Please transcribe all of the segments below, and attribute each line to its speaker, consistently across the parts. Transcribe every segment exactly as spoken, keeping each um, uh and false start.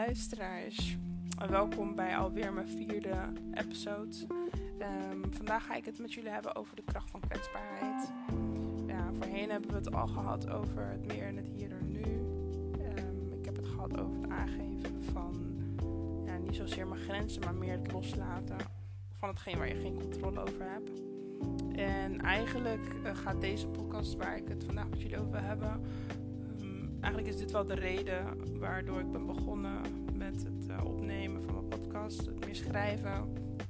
Speaker 1: luisteraars. Welkom bij alweer mijn vierde episode. Um, vandaag ga ik het met jullie hebben over de kracht van kwetsbaarheid. Ja, voorheen hebben we het al gehad over het meer en het hier en nu. Um, ik heb het gehad over het aangeven van ja, niet zozeer mijn grenzen, maar meer het loslaten van hetgeen waar je geen controle over hebt. En eigenlijk uh, gaat deze podcast waar ik het vandaag met jullie over wil hebben, um, eigenlijk is dit wel de reden waardoor ik ben begonnen met het uh, opnemen van mijn podcast, het meer schrijven,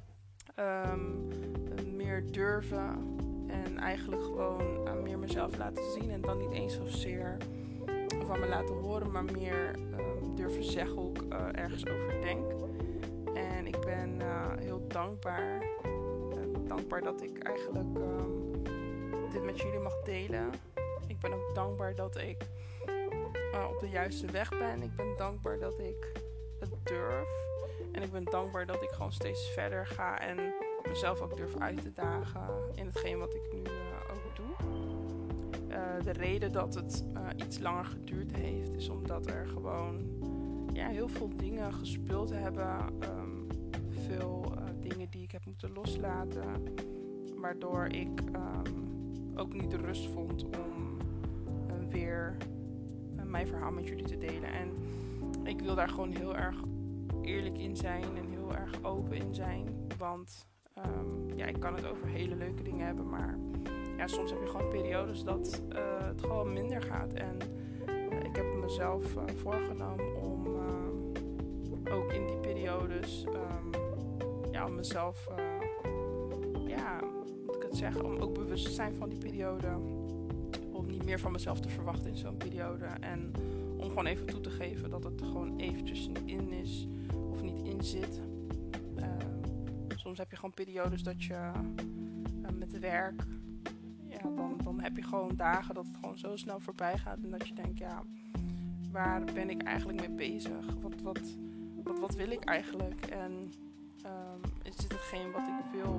Speaker 1: um, meer durven en eigenlijk gewoon uh, meer mezelf laten zien en dan niet eens zozeer van me laten horen, maar meer um, durven zeggen hoe ik uh, ergens over denk. En ik ben uh, heel dankbaar, uh, dankbaar dat ik eigenlijk um, dit met jullie mag delen. Ik ben ook dankbaar dat ik uh, op de juiste weg ben. Ik ben dankbaar dat ik het durf. En ik ben dankbaar dat ik gewoon steeds verder ga en mezelf ook durf uit te dagen in hetgeen wat ik nu uh, ook doe. Uh, de reden dat het uh, iets langer geduurd heeft is omdat er gewoon ja, heel veel dingen gespeeld hebben. Um, veel uh, dingen die ik heb moeten loslaten. Waardoor ik um, ook niet de rust vond om uh, weer uh, mijn verhaal met jullie te delen. En ik wil daar gewoon heel erg eerlijk in zijn en heel erg open in zijn. Want um, ja, ik kan het over hele leuke dingen hebben, maar ja, soms heb je gewoon periodes dat uh, het gewoon minder gaat. En uh, ik heb mezelf uh, voorgenomen om uh, ook in die periodes um, ja, om mezelf uh, ja, moet ik het zeggen, om ook bewust te zijn van die periode. Om niet meer van mezelf te verwachten in zo'n periode. En om gewoon even toe te geven dat het gewoon eventjes niet in is of niet in zit. Uh, soms heb je gewoon periodes dat je uh, met werk, ja, dan, dan heb je gewoon dagen dat het gewoon zo snel voorbij gaat. En dat je denkt, ja, waar ben ik eigenlijk mee bezig? Wat, wat, wat, wat wil ik eigenlijk? En um, is dit hetgeen wat ik wil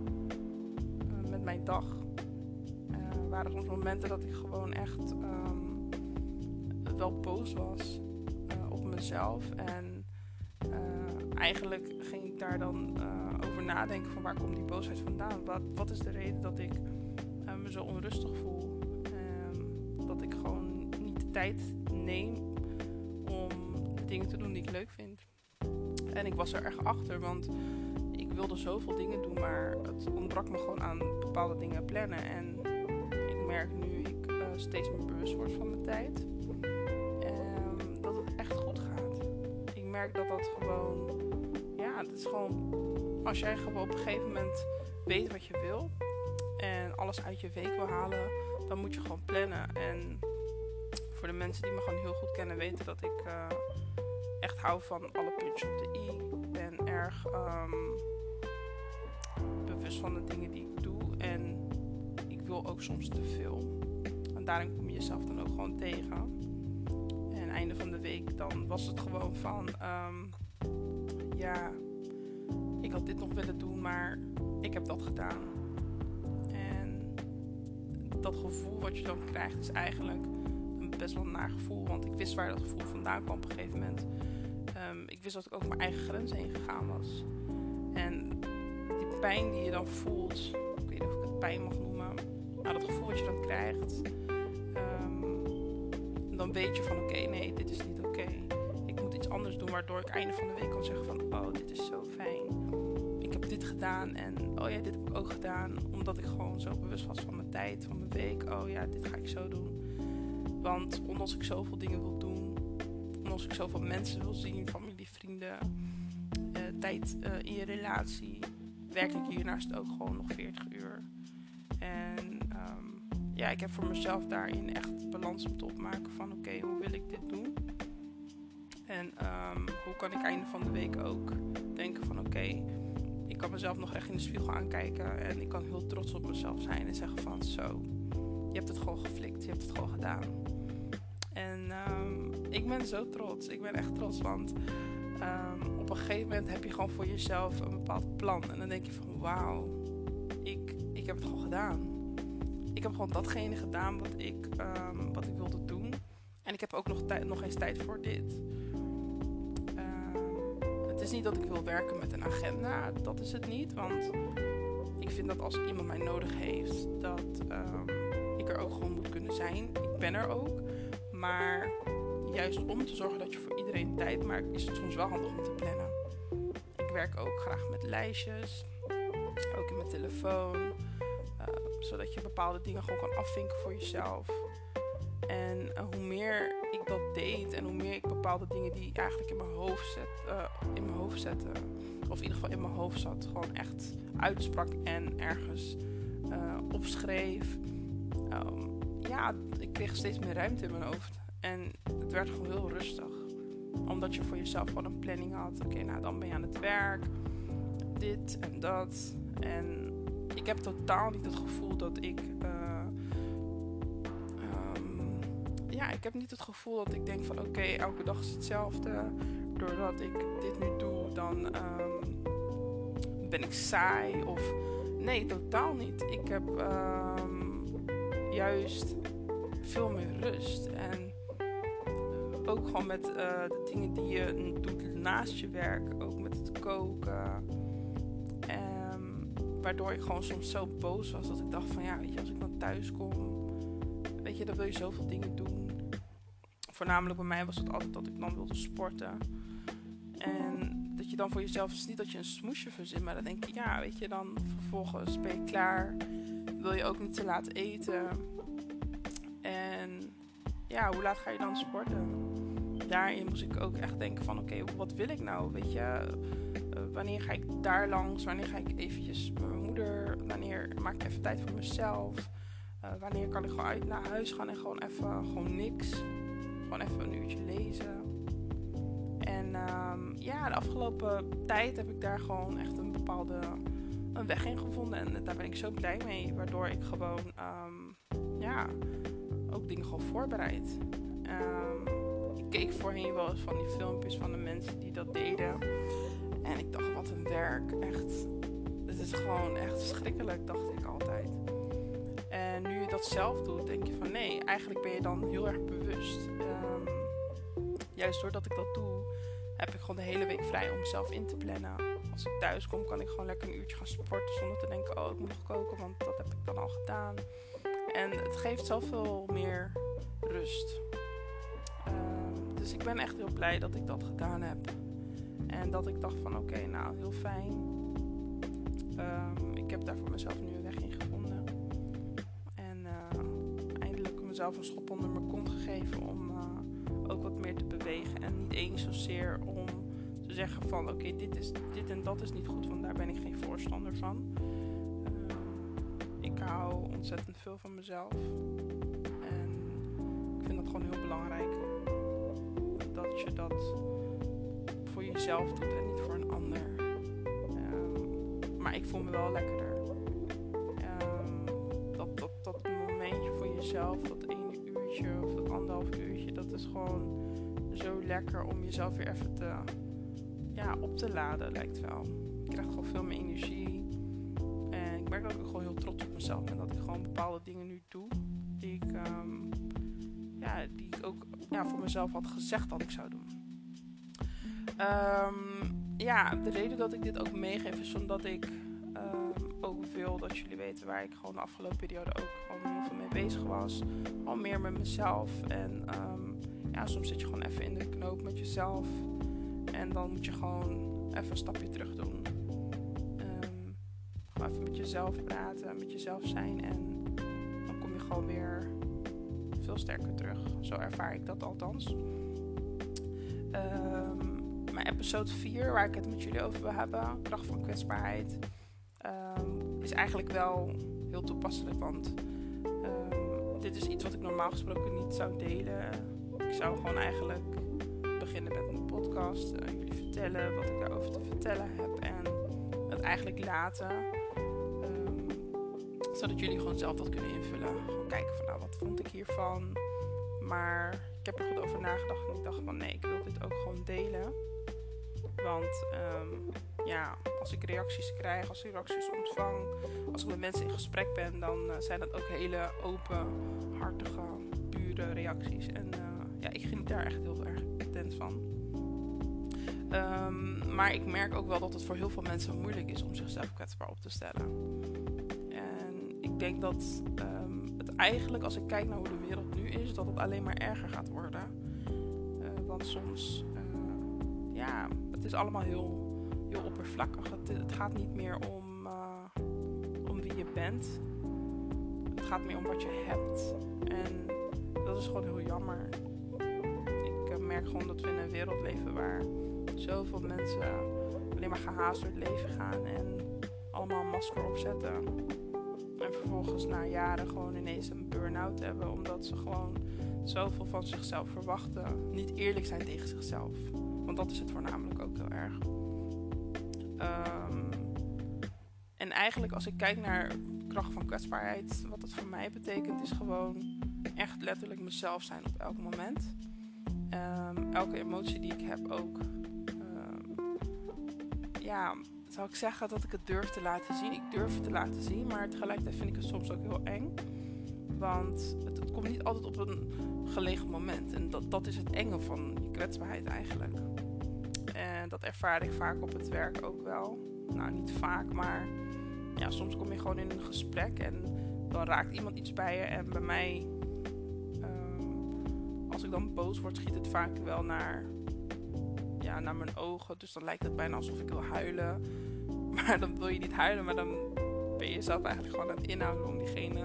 Speaker 1: uh, met mijn dag? Er uh, waren soms momenten dat ik gewoon echt Um, wel boos was uh, op mezelf en uh, eigenlijk ging ik daar dan uh, over nadenken van waar komt die boosheid vandaan? Wat, wat is de reden dat ik uh, me zo onrustig voel? Um, dat ik gewoon niet de tijd neem om de dingen te doen die ik leuk vind. En ik was er erg achter, want ik wilde zoveel dingen doen, maar het ontbrak me gewoon aan bepaalde dingen plannen. En ik merk nu ik uh, steeds meer bewust word van mijn tijd. Dat het echt goed gaat. Ik merk dat dat gewoon, ja, het is gewoon, als jij gewoon op een gegeven moment weet wat je wil en alles uit je week wil halen, dan moet je gewoon plannen. En voor de mensen die me gewoon heel goed kennen weten dat ik uh, echt hou van alle puntjes op de i. Ik ben erg um, bewust van de dingen die ik doe en ik wil ook soms te veel. En daarin kom je jezelf dan ook gewoon tegen. Einde van de week, dan was het gewoon van um, ja, ik had dit nog willen doen, maar ik heb dat gedaan. En dat gevoel wat je dan krijgt is eigenlijk een best wel een naar gevoel, want ik wist waar dat gevoel vandaan kwam op een gegeven moment. Um, ik wist dat ik over mijn eigen grenzen heen gegaan was. En die pijn die je dan voelt, ik weet niet of ik het pijn mag noemen, nou, dat gevoel wat je dan krijgt, dan weet je van oké, okay, nee, dit is niet oké. Okay. Ik moet iets anders doen waardoor ik einde van de week kan zeggen van oh, dit is zo fijn. Ik heb dit gedaan en oh ja, dit heb ik ook gedaan. Omdat ik gewoon zo bewust was van mijn tijd, van mijn week. Oh ja, dit ga ik zo doen. Want omdat ik zoveel dingen wil doen, omdat ik zoveel mensen wil zien, familie, vrienden, uh, tijd uh, in je relatie, werk ik hiernaast ook gewoon nog veertig uur. En um, ja, ik heb voor mezelf daarin echt balans moeten opmaken van oké, okay, hoe wil ik dit doen? En um, hoe kan ik einde van de week ook denken van oké, okay, ik kan mezelf nog echt in de spiegel aankijken en ik kan heel trots op mezelf zijn en zeggen van zo, je hebt het gewoon geflikt, je hebt het gewoon gedaan. En um, ik ben zo trots, ik ben echt trots, want um, op een gegeven moment heb je gewoon voor jezelf een bepaald plan en dan denk je van wauw, ik, ik heb het gewoon gedaan. Ik heb gewoon datgene gedaan wat ik, um, wat ik wilde doen. En ik heb ook nog, tij- nog eens tijd voor dit. is niet dat ik wil werken met een agenda. Dat is het niet. Want ik vind dat als iemand mij nodig heeft, dat um, ik er ook gewoon moet kunnen zijn. Ik ben er ook. Maar juist om te zorgen dat je voor iedereen tijd maakt, is het soms wel handig om te plannen. Ik werk ook graag met lijstjes. Ook in mijn telefoon. Uh, zodat je bepaalde dingen gewoon kan afvinken voor jezelf. En uh, hoe meer ik dat deed en hoe meer ik bepaalde dingen die eigenlijk in mijn hoofd, zet, uh, in mijn hoofd zette, of in ieder geval in mijn hoofd zat, gewoon echt uitsprak en ergens uh, opschreef. Um, ja, ik kreeg steeds meer ruimte in mijn hoofd. En het werd gewoon heel rustig. Omdat je voor jezelf gewoon een planning had. Oké, okay, nou dan ben je aan het werk. Dit en dat. En ik heb totaal niet het gevoel dat ik... Uh, um, ja, ik heb niet het gevoel dat ik denk van... Oké, okay, elke dag is hetzelfde. Doordat ik dit nu doe, dan um, ben ik saai. Of nee, totaal niet. Ik heb um, juist veel meer rust. En ook gewoon met uh, de dingen die je doet naast je werk. Ook met het koken. Um, waardoor ik gewoon soms zo boos was dat ik dacht van ja, weet je, als ik dan thuis kom, weet je, dan wil je zoveel dingen doen. Voornamelijk bij mij was het altijd dat ik dan wilde sporten. En dat je dan voor jezelf, is niet dat je een smoesje verzint, maar dan denk je, ja, weet je, dan vervolgens ben je klaar. Wil je ook niet te laat eten. En ja, hoe laat ga je dan sporten? Daarin moest ik ook echt denken van oké, okay, wat wil ik nou? Weet je, uh, wanneer ga ik daar langs? Wanneer ga ik eventjes met mijn moeder? Wanneer maak ik even tijd voor mezelf? Uh, wanneer kan ik gewoon uit naar huis gaan en gewoon even gewoon niks? Gewoon even een uurtje lezen. En um, ja, de afgelopen tijd heb ik daar gewoon echt een bepaalde een weg in gevonden. En daar ben ik zo blij mee. Waardoor ik gewoon um, ja, ook dingen gewoon voorbereid. Um, ik keek voorheen wel eens van die filmpjes van de mensen die dat deden. En ik dacht, wat een werk. Echt, het is gewoon echt verschrikkelijk, dacht ik altijd. En nu je dat zelf doet, denk je van nee, eigenlijk ben je dan heel erg bewust. Um, juist doordat ik dat doe, heb ik gewoon de hele week vrij om mezelf in te plannen. Als ik thuis kom, kan ik gewoon lekker een uurtje gaan sporten zonder te denken, oh, ik moet nog koken, want dat heb ik dan al gedaan. En het geeft zoveel meer rust. Um, dus ik ben echt heel blij dat ik dat gedaan heb. En dat ik dacht van oké, okay, nou heel fijn. Um, ik heb daar voor mezelf nu een weg in gevonden. En uh, eindelijk mezelf een schop onder mijn kont gegeven om uh, ook wat meer te bewegen. En niet eens zozeer om te zeggen van oké, okay, dit is dit en dat is niet goed, want daar ben ik geen voorstander van. Uh, ik hou ontzettend veel van mezelf. En ik vind dat gewoon heel belangrijk. Dat je dat voor jezelf doet en niet voor een ander. Um, maar ik voel me wel lekkerder. Um, dat, dat, dat momentje voor jezelf, dat ene uurtje of dat anderhalf uurtje, dat is gewoon zo lekker om jezelf weer even te, ja, op te laden, lijkt wel. Ik krijg gewoon veel meer energie. En ik merk dat ik gewoon heel trots op mezelf ben. Dat ik gewoon bepaalde dingen nu doe. Die ik, um, ja, die ik ook ja, voor mezelf had gezegd dat ik zou doen. Um, ja, de reden dat ik dit ook meegeef is omdat ik um, ook wil dat jullie weten waar ik gewoon de afgelopen periode ook gewoon heel veel mee bezig was. Al meer met mezelf. En um, ja, soms zit je gewoon even in de knoop met jezelf. En dan moet je gewoon even een stapje terug doen. Um, gewoon even met jezelf praten, met jezelf zijn. En dan kom je gewoon weer veel sterker terug. Zo ervaar ik dat althans. Um, mijn episode vier, waar ik het met jullie over wil hebben, kracht van kwetsbaarheid, um, is eigenlijk wel heel toepasselijk. Want um, dit is iets wat ik normaal gesproken niet zou delen. Ik zou gewoon eigenlijk beginnen met een podcast. Uh, jullie vertellen wat ik daarover te vertellen heb. En het eigenlijk laten. Um, zodat jullie gewoon zelf dat kunnen invullen. Gewoon kijken van nou, wat vond ik hiervan. Maar ik heb er goed over nagedacht. En ik dacht van nee, ik wil dit ook gewoon delen. Want um, ja, als ik reacties krijg, als ik reacties ontvang, als ik met mensen in gesprek ben, dan uh, zijn dat ook hele open, hartige, pure reacties. En uh, ja, ik geniet daar echt heel erg intens van. Um, maar ik merk ook wel dat het voor heel veel mensen moeilijk is om zichzelf kwetsbaar op te stellen. En ik denk dat um, het eigenlijk, als ik kijk naar hoe de wereld nu is, dat het alleen maar erger gaat worden. Uh, want soms, uh, ja, het is allemaal heel, heel oppervlakkig. Het, het gaat niet meer om, uh, om wie je bent. Het gaat meer om wat je hebt. En dat is gewoon heel jammer. Ik uh, merk gewoon dat we in een wereld leven waar zoveel mensen alleen maar gehaast door het leven gaan en allemaal een masker opzetten. En vervolgens na jaren gewoon ineens een burn-out hebben, omdat ze gewoon zoveel van zichzelf verwachten. Niet eerlijk zijn tegen zichzelf. Want dat is het voornamelijk ook heel erg. Um, en eigenlijk als ik kijk naar de kracht van kwetsbaarheid, wat het voor mij betekent, is gewoon echt letterlijk mezelf zijn op elk moment. Um, elke emotie die ik heb ook. Ja, zou ik zeggen dat ik het durf te laten zien. Ik durf het te laten zien, maar tegelijkertijd vind ik het soms ook heel eng. Want het, het komt niet altijd op een gelegen moment. En dat, dat is het enge van je kwetsbaarheid eigenlijk. En dat ervaar ik vaak op het werk ook wel. Nou, niet vaak, maar ja, soms kom je gewoon in een gesprek en dan raakt iemand iets bij je. En bij mij, um, als ik dan boos word, schiet het vaak wel naar... Ja, naar mijn ogen. Dus dan lijkt het bijna alsof ik wil huilen. Maar dan wil je niet huilen. Maar dan ben je jezelf eigenlijk gewoon aan het inhouden om diegene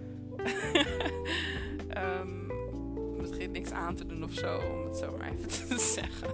Speaker 1: um, misschien niks aan te doen of zo. Om het zo maar even te zeggen.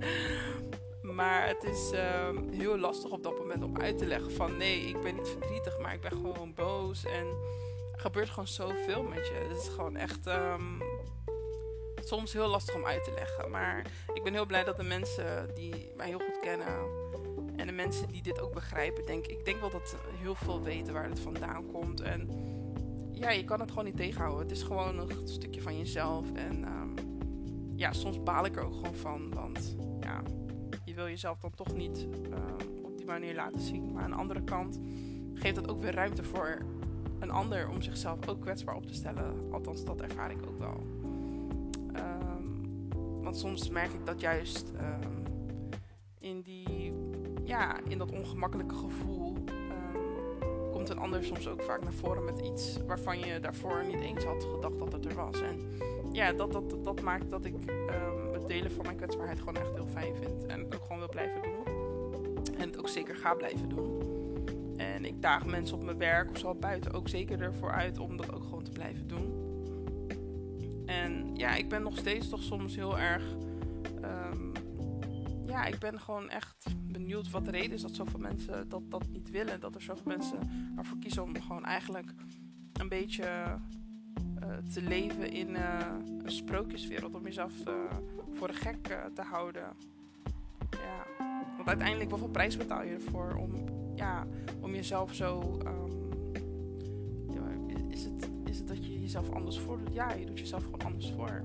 Speaker 1: Maar het is um, heel lastig op dat moment om uit te leggen van nee, ik ben niet verdrietig, maar ik ben gewoon boos. En er gebeurt gewoon zoveel met je. Het is gewoon echt... Um, soms heel lastig om uit te leggen. Maar ik ben heel blij dat de mensen die mij heel goed kennen en de mensen die dit ook begrijpen, denk ik denk wel dat heel veel weten waar het vandaan komt. En ja, je kan het gewoon niet tegenhouden. Het is gewoon een stukje van jezelf. En um, ja, soms baal ik er ook gewoon van. Want ja, je wil jezelf dan toch niet um, op die manier laten zien. Maar aan de andere kant geeft het ook weer ruimte voor een ander om zichzelf ook kwetsbaar op te stellen. Althans, dat ervaar ik ook wel. Um, want soms merk ik dat juist um, in die, ja, in dat ongemakkelijke gevoel um, komt een ander soms ook vaak naar voren met iets waarvan je daarvoor niet eens had gedacht dat het er was. En ja, dat, dat, dat maakt dat ik um, het delen van mijn kwetsbaarheid gewoon echt heel fijn vind. En het ook gewoon wil blijven doen. En het ook zeker ga blijven doen. En ik daag mensen op mijn werk of zo buiten ook zeker ervoor uit om dat ook gewoon te blijven doen. En ja, ik ben nog steeds toch soms heel erg... Um, ja, ik ben gewoon echt benieuwd wat de reden is dat zoveel mensen dat, dat niet willen. Dat er zoveel mensen ervoor kiezen om gewoon eigenlijk een beetje uh, te leven in uh, een sprookjeswereld. Om jezelf uh, voor de gek uh, te houden. Ja, want uiteindelijk, hoeveel prijs betaal je ervoor om, ja, om jezelf zo... Um, ja, is het... Is het dat je jezelf anders voordoet? Ja, je doet jezelf gewoon anders voor.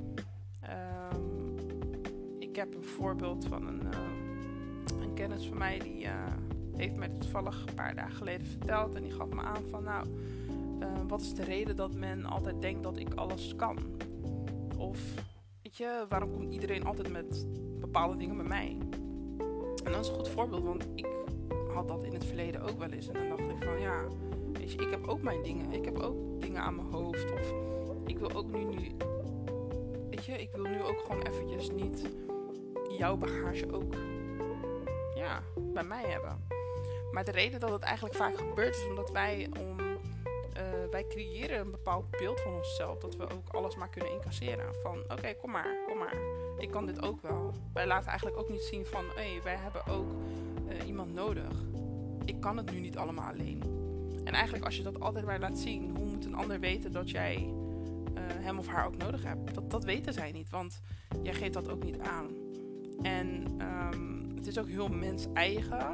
Speaker 1: Um, ik heb een voorbeeld van een, uh, een kennis van mij die uh, heeft mij toevallig een paar dagen geleden verteld. En die gaf me aan van nou, uh, wat is de reden dat men altijd denkt dat ik alles kan? Of, weet je, waarom komt iedereen altijd met bepaalde dingen bij mij? En dat is een goed voorbeeld, want ik had dat in het verleden ook wel eens. En dan dacht ik van ja... Weet je, ik heb ook mijn dingen. Ik heb ook dingen aan mijn hoofd. Of ik wil ook nu, nu... Weet je, ik wil nu ook gewoon eventjes niet jouw bagage ook... Ja, bij mij hebben. Maar de reden dat het eigenlijk vaak gebeurt is omdat wij om... Uh, wij creëren een bepaald beeld van onszelf. Dat we ook alles maar kunnen incasseren. Van, oké, okay, kom maar, kom maar. Ik kan dit ook wel. Wij laten eigenlijk ook niet zien van... Hé, hey, wij hebben ook uh, iemand nodig. Ik kan het nu niet allemaal alleen. En eigenlijk als je dat altijd maar laat zien, hoe moet een ander weten dat jij uh, hem of haar ook nodig hebt? Dat, dat weten zij niet, want jij geeft dat ook niet aan. En um, het is ook heel mens-eigen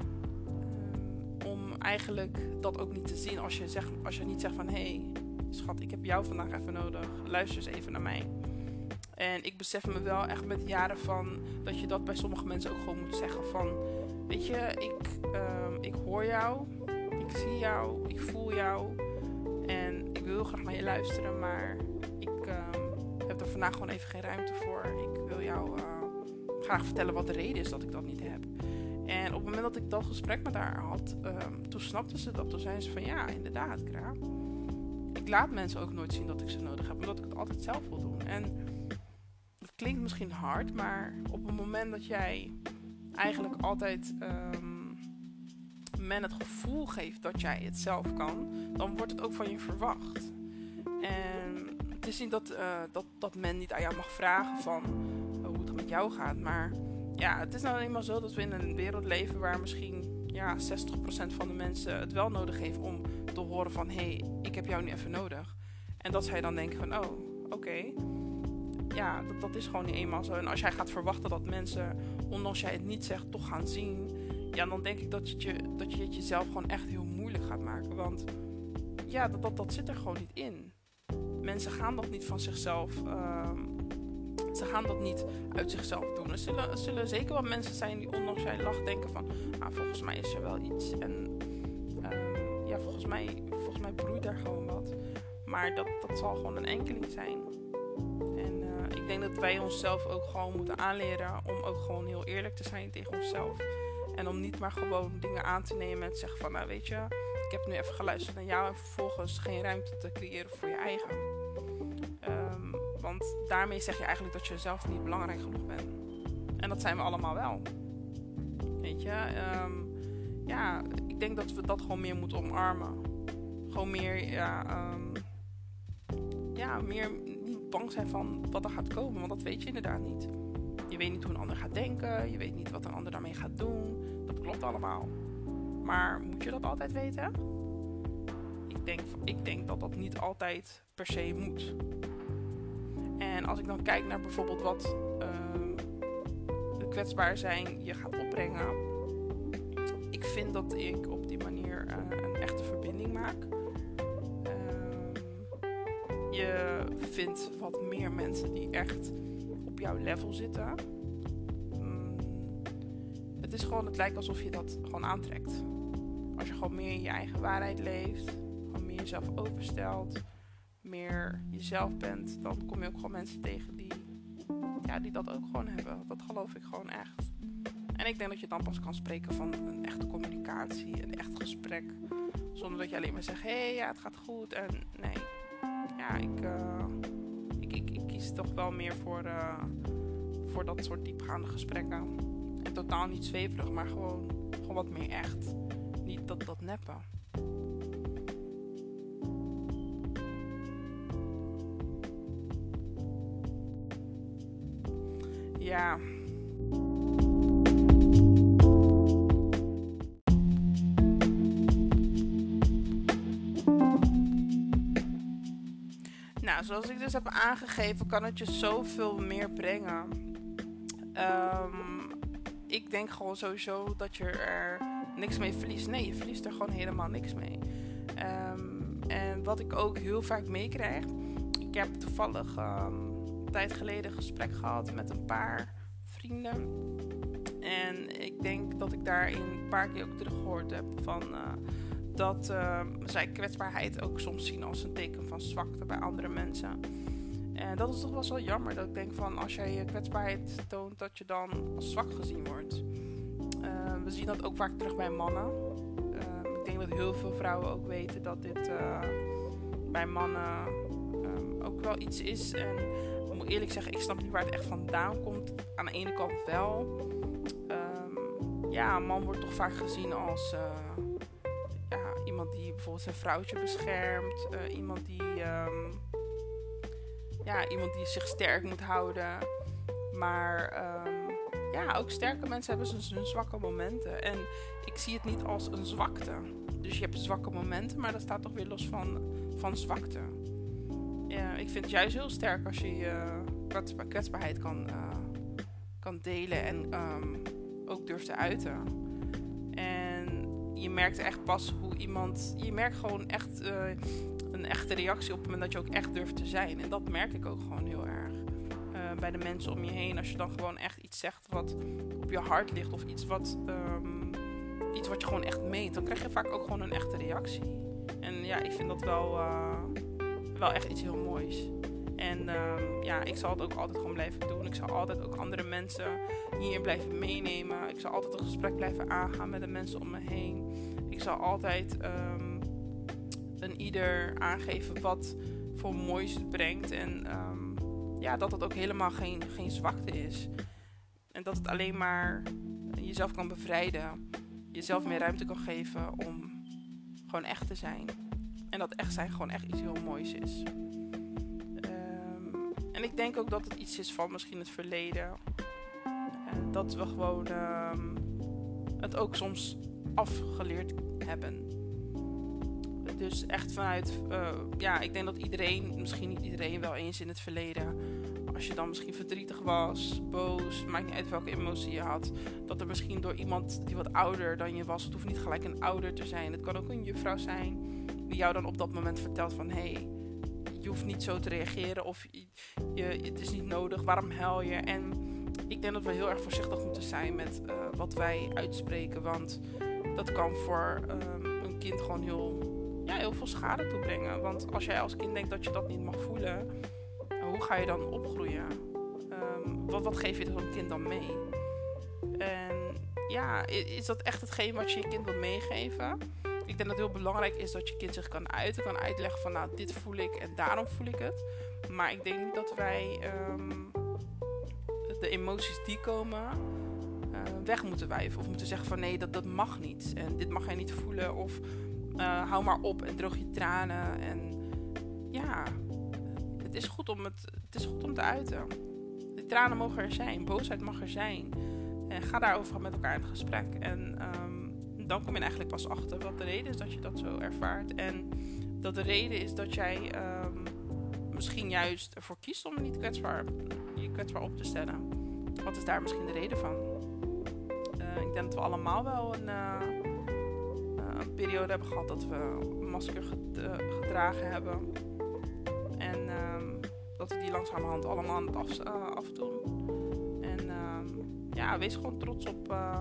Speaker 1: um, om eigenlijk dat ook niet te zien als je, zegt, als je niet zegt van... Hé, hey, schat, ik heb jou vandaag even nodig, luister eens even naar mij. En ik besef me wel echt met jaren van dat je dat bij sommige mensen ook gewoon moet zeggen van... Weet je, ik, um, ik hoor jou... Ik zie jou, ik voel jou en ik wil heel graag naar je luisteren, maar ik um, heb er vandaag gewoon even geen ruimte voor. Ik wil jou uh, graag vertellen wat de reden is dat ik dat niet heb. En op het moment dat ik dat gesprek met haar had, um, toen snapte ze dat. Toen zei ze van ja, inderdaad, Kra. Ik laat mensen ook nooit zien dat ik ze nodig heb, omdat ik het altijd zelf wil doen. En het klinkt misschien hard, maar op het moment dat jij eigenlijk altijd um, men het gevoel geeft dat jij het zelf kan, dan wordt het ook van je verwacht. En het is niet dat, uh, dat, dat men niet aan jou mag vragen van uh, hoe het met jou gaat, maar ja, het is nou eenmaal zo dat we in een wereld leven waar misschien ja, zestig procent van de mensen het wel nodig heeft om te horen van hé, hey, ik heb jou nu even nodig. En dat zij dan denken van oh, oké. Okay. Ja, dat, dat is gewoon niet eenmaal zo. En als jij gaat verwachten dat mensen, ondanks jij het niet zegt, toch gaan zien, ja, dan denk ik dat je, dat je het jezelf gewoon echt heel moeilijk gaat maken. Want ja, dat, dat, dat zit er gewoon niet in. Mensen gaan dat niet van zichzelf, uh, ze gaan dat niet uit zichzelf doen. Er zullen, er zullen zeker wel mensen zijn die ondanks jij lacht denken van, ah, volgens mij is er wel iets. En uh, ja, volgens mij, volgens mij broeit daar gewoon wat. Maar dat, dat zal gewoon een enkeling zijn. En uh, ik denk dat wij onszelf ook gewoon moeten aanleren om ook gewoon heel eerlijk te zijn tegen onszelf. En om niet maar gewoon dingen aan te nemen en te zeggen van, nou weet je, ik heb nu even geluisterd naar jou en vervolgens geen ruimte te creëren voor je eigen. Um, want daarmee zeg je eigenlijk dat je zelf niet belangrijk genoeg bent. En dat zijn we allemaal wel. Weet je, um, ja, ik denk dat we dat gewoon meer moeten omarmen. Gewoon meer, ja, um, ja, meer niet bang zijn van wat er gaat komen, want dat weet je inderdaad niet. Je weet niet hoe een ander gaat denken, je weet niet wat een ander daarmee gaat doen. Dat klopt allemaal. Maar moet je dat altijd weten? Ik denk, ik denk dat dat niet altijd per se moet. En als ik dan kijk naar bijvoorbeeld wat uh, de kwetsbaar zijn je gaat opbrengen. Ik vind dat ik op die manier uh, een echte verbinding maak. Uh, je vindt wat meer mensen die echt op jouw level zitten. Um, het is gewoon, het lijkt alsof je dat gewoon aantrekt. Als je gewoon meer in je eigen waarheid leeft, gewoon meer jezelf openstelt, meer jezelf bent, dan kom je ook gewoon mensen tegen die, ja, die dat ook gewoon hebben. Dat geloof ik gewoon echt. En ik denk dat je dan pas kan spreken van een echte communicatie, een echt gesprek. Zonder dat je alleen maar zegt, hé, hey, ja, het gaat goed. En nee, ja, ik, uh, ik, ik, ik kies toch wel meer voor, uh, voor dat soort diepgaande gesprekken. En totaal niet zweverig, maar gewoon, gewoon wat meer echt. Niet dat, dat neppen. Ja. Nou, zoals ik dus heb aangegeven, kan het je zoveel meer brengen. Um, ik denk gewoon sowieso dat je er niks mee verliest. Nee, je verliest er gewoon helemaal niks mee. Um, en wat ik ook heel vaak meekrijg. Ik heb toevallig um, een tijd geleden een gesprek gehad met een paar vrienden. En ik denk dat ik daarin een paar keer ook terug gehoord heb van Uh, dat uh, zij kwetsbaarheid ook soms zien als een teken van zwakte bij andere mensen. En dat is toch wel zo jammer. Dat ik denk van als jij je kwetsbaarheid toont, dat je dan als zwak gezien wordt. Uh, we zien dat ook vaak terug bij mannen. Uh, ik denk dat heel veel vrouwen ook weten dat dit uh, bij mannen um, ook wel iets is. En ik moet eerlijk zeggen, ik snap niet waar het echt vandaan komt. Aan de ene kant wel. Um, ja, een man wordt toch vaak gezien als Uh, Ja, iemand die bijvoorbeeld zijn vrouwtje beschermt. Uh, iemand die um, ja, iemand die zich sterk moet houden. Maar um, ja, ook sterke mensen hebben hun, hun zwakke momenten. En ik zie het niet als een zwakte. Dus je hebt zwakke momenten, maar dat staat toch weer los van, van zwakte. Ja, ik vind het juist heel sterk als je je kwetsba- kwetsbaarheid kan, uh, kan delen en um, ook durft te uiten. En je merkt echt pas hoe iemand, je merkt gewoon echt uh, een echte reactie op het moment dat je ook echt durft te zijn. En dat merk ik ook gewoon heel erg. Uh, bij de mensen om je heen. Als je dan gewoon echt iets zegt wat op je hart ligt. Of iets wat, um, iets wat je gewoon echt meent. Dan krijg je vaak ook gewoon een echte reactie. En ja, ik vind dat wel, uh, wel echt iets heel moois. En um, ja, ik zal het ook altijd gewoon blijven doen. Ik zal altijd ook andere mensen hierin blijven meenemen. Ik zal altijd een gesprek blijven aangaan met de mensen om me heen. Ik zal altijd um, een ieder aangeven wat voor moois het brengt. En um, ja, dat het ook helemaal geen, geen zwakte is. En dat het alleen maar jezelf kan bevrijden. Jezelf meer ruimte kan geven om gewoon echt te zijn. En dat echt zijn gewoon echt iets heel moois is. Um, en ik denk ook dat het iets is van misschien het verleden. Uh, dat we gewoon um, het ook soms afgeleerd hebben. Dus echt vanuit, uh, ja, ik denk dat iedereen, misschien niet iedereen, wel eens in het verleden, als je dan misschien verdrietig was, boos, maakt niet uit welke emotie je had, dat er misschien door iemand die wat ouder dan je was, het hoeft niet gelijk een ouder te zijn, het kan ook een juffrouw zijn, die jou dan op dat moment vertelt van, hé, hey, je hoeft niet zo te reageren of je, je, het is niet nodig, waarom huil je? En ik denk dat we heel erg voorzichtig moeten zijn met uh, wat wij uitspreken, want dat kan voor um, een kind gewoon heel, ja, heel veel schade toebrengen. Want als jij als kind denkt dat je dat niet mag voelen, hoe ga je dan opgroeien? Um, wat, wat geef je zo'n kind dan mee? En ja, is dat echt hetgeen wat je je kind wilt meegeven? Ik denk dat het heel belangrijk is dat je kind zich kan uiten, kan uitleggen van, nou, dit voel ik en daarom voel ik het. Maar ik denk niet dat wij um, de emoties die komen uh, weg moeten wijven. Of moeten zeggen van, nee, dat, dat mag niet. En dit mag jij niet voelen. Of uh, hou maar op en droog je tranen. En ja, het is goed om, het, het is goed om te uiten. De tranen mogen er zijn. Boosheid mag er zijn. En ga daarover met elkaar in gesprek. En um, dan kom je eigenlijk pas achter wat de reden is dat je dat zo ervaart. En dat de reden is dat jij um, misschien juist ervoor kiest om niet kwetsbaar, je kwetsbaar op te stellen. Wat is daar misschien de reden van? Uh, ik denk dat we allemaal wel een, uh, uh, een periode hebben gehad dat we een masker gedragen hebben. En um, dat we die langzamerhand allemaal aan het af, uh, afdoen. En um, ja, wees gewoon trots op uh,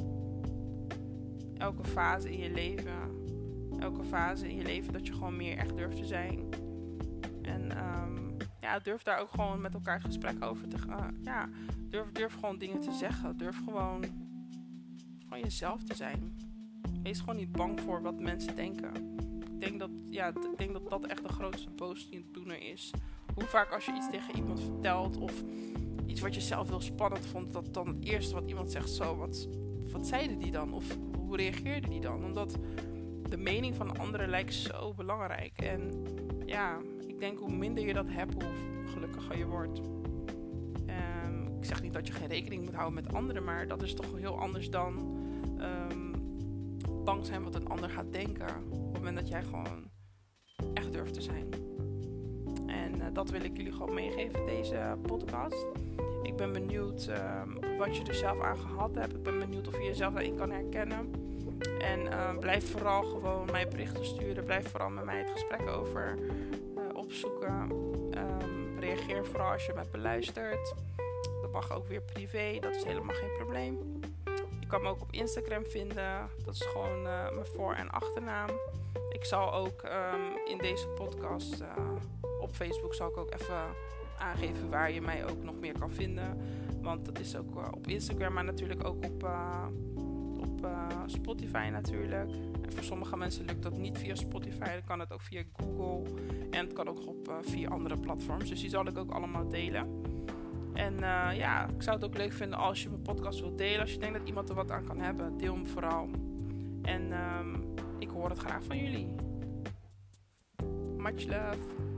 Speaker 1: elke fase in je leven. Elke fase in je leven dat je gewoon meer echt durft te zijn. En um, ja, durf daar ook gewoon met elkaar het gesprek over te gaan. Uh, ja, durf, durf gewoon dingen te zeggen. Durf gewoon, gewoon jezelf te zijn. Wees gewoon niet bang voor wat mensen denken. Ik denk dat, ja, ik denk dat dat echt de grootste boosdoener is. Hoe vaak als je iets tegen iemand vertelt of iets wat je zelf heel spannend vond, dat dan het eerste wat iemand zegt, zo, wat, wat zeiden die dan? Of hoe reageerde die dan? Omdat de mening van anderen lijkt zo belangrijk. En ja, ik denk hoe minder je dat hebt, hoe gelukkiger je wordt. Um, ik zeg niet dat je geen rekening moet houden met anderen, maar dat is toch heel anders dan um, bang zijn wat een ander gaat denken. Op het moment dat jij gewoon echt durft te zijn. En uh, dat wil ik jullie gewoon meegeven, deze podcast. Ik ben benieuwd um, wat je er zelf aan gehad hebt. Ik ben benieuwd of je jezelf daarin kan herkennen. En uh, blijf vooral gewoon mij berichten sturen. Blijf vooral met mij het gesprek over uh, opzoeken. Um, reageer vooral als je me beluistert. Dat mag ook weer privé. Dat is helemaal geen probleem. Je kan me ook op Instagram vinden. Dat is gewoon uh, mijn voor- en achternaam. Ik zal ook um, in deze podcast uh, op Facebook zal ik ook even aangeven waar je mij ook nog meer kan vinden. Want dat is ook uh, op Instagram, maar natuurlijk ook op... Uh, Uh, Spotify natuurlijk. En voor sommige mensen lukt dat niet via Spotify. Dan kan het ook via Google. En het kan ook op uh, via andere platforms. Dus die zal ik ook allemaal delen. En uh, ja, ik zou het ook leuk vinden als je mijn podcast wilt delen. Als je denkt dat iemand er wat aan kan hebben, deel hem vooral. En um, ik hoor het graag van jullie. Much love.